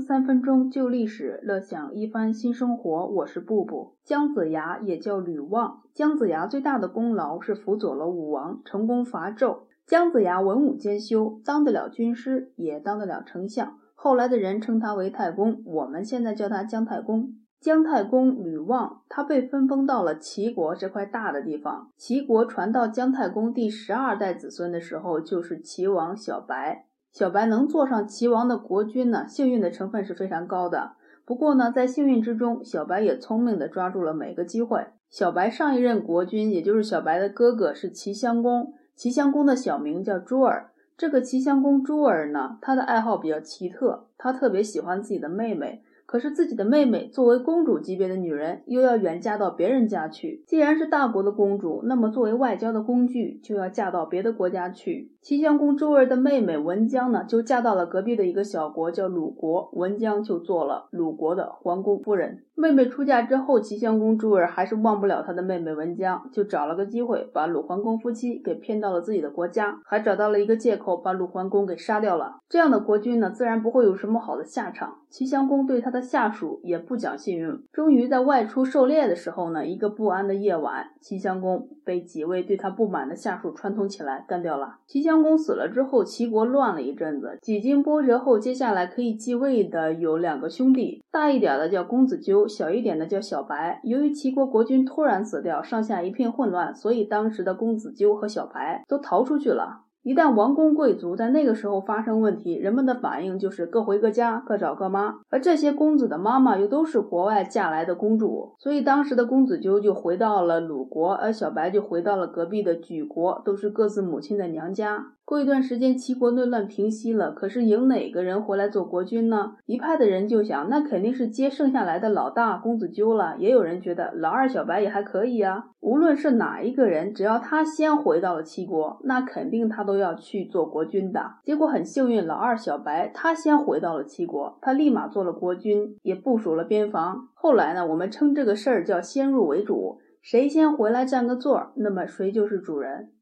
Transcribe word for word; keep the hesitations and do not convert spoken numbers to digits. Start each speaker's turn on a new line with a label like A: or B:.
A: 三分钟旧历史，乐享一番新生活。我是布布。姜子牙也叫吕望，姜子牙最大的功劳是辅佐了武王，成功伐纣。姜子牙文武兼修，当得了军师，也当得了丞相。后来的人称他为太公，我们现在叫他姜太公。姜太公吕望，他被分封到了齐国这块大的地方。齐国传到姜太公第十二代子孙的时候，就是齐王小白。小白能坐上齐王的国君呢，幸运的成分是非常高的。不过呢，在幸运之中，小白也聪明地抓住了每个机会。小白上一任国君，也就是小白的哥哥，是齐襄公。齐襄公的小名叫朱儿。这个齐襄公朱儿呢，他的爱好比较奇特，他特别喜欢自己的妹妹。可是自己的妹妹作为公主级别的女人，又要远嫁到别人家去。既然是大国的公主，那么作为外交的工具，就要嫁到别的国家去。齐襄公朱儿的妹妹文姜呢，就嫁到了隔壁的一个小国叫鲁国，文姜就做了鲁国的皇宫夫人。妹妹出嫁之后，齐襄公朱儿还是忘不了他的妹妹文姜，就找了个机会把鲁桓公夫妻给骗到了自己的国家，还找到了一个借口把鲁桓公给杀掉了。这样的国君呢，自然不会有什么好的下场。齐襄公对他的下属也不讲信用。终于在外出狩猎的时候呢，一个不安的夜晚，齐襄公被几位对他不满的下属串通起来干掉了。齐襄公死了之后，齐国乱了一阵子。几经波折后，接下来可以继位的有两个兄弟，大一点的叫公子纠，小一点的叫小白。由于齐国国君突然死掉，上下一片混乱，所以当时的公子纠和小白都逃出去了。一旦王公贵族在那个时候发生问题，人们的反应就是各回各家，各找各妈。而这些公子的妈妈又都是国外嫁来的公主，所以当时的公子纠就回到了鲁国，而小白就回到了隔壁的莒国，都是各自母亲的娘家。过一段时间，齐国内乱平息了，可是迎哪个人回来做国君呢？一派的人就想，那肯定是接剩下来的老大公子纠了。也有人觉得老二小白也还可以啊。无论是哪一个人，只要他先回到了齐国，那肯定他都要去做国君的。结果很幸运，老二小白他先回到了齐国，他立马做了国君，也部署了边防。后来呢，我们称这个事儿叫先入为主，谁先回来占个座，那么谁就是主人。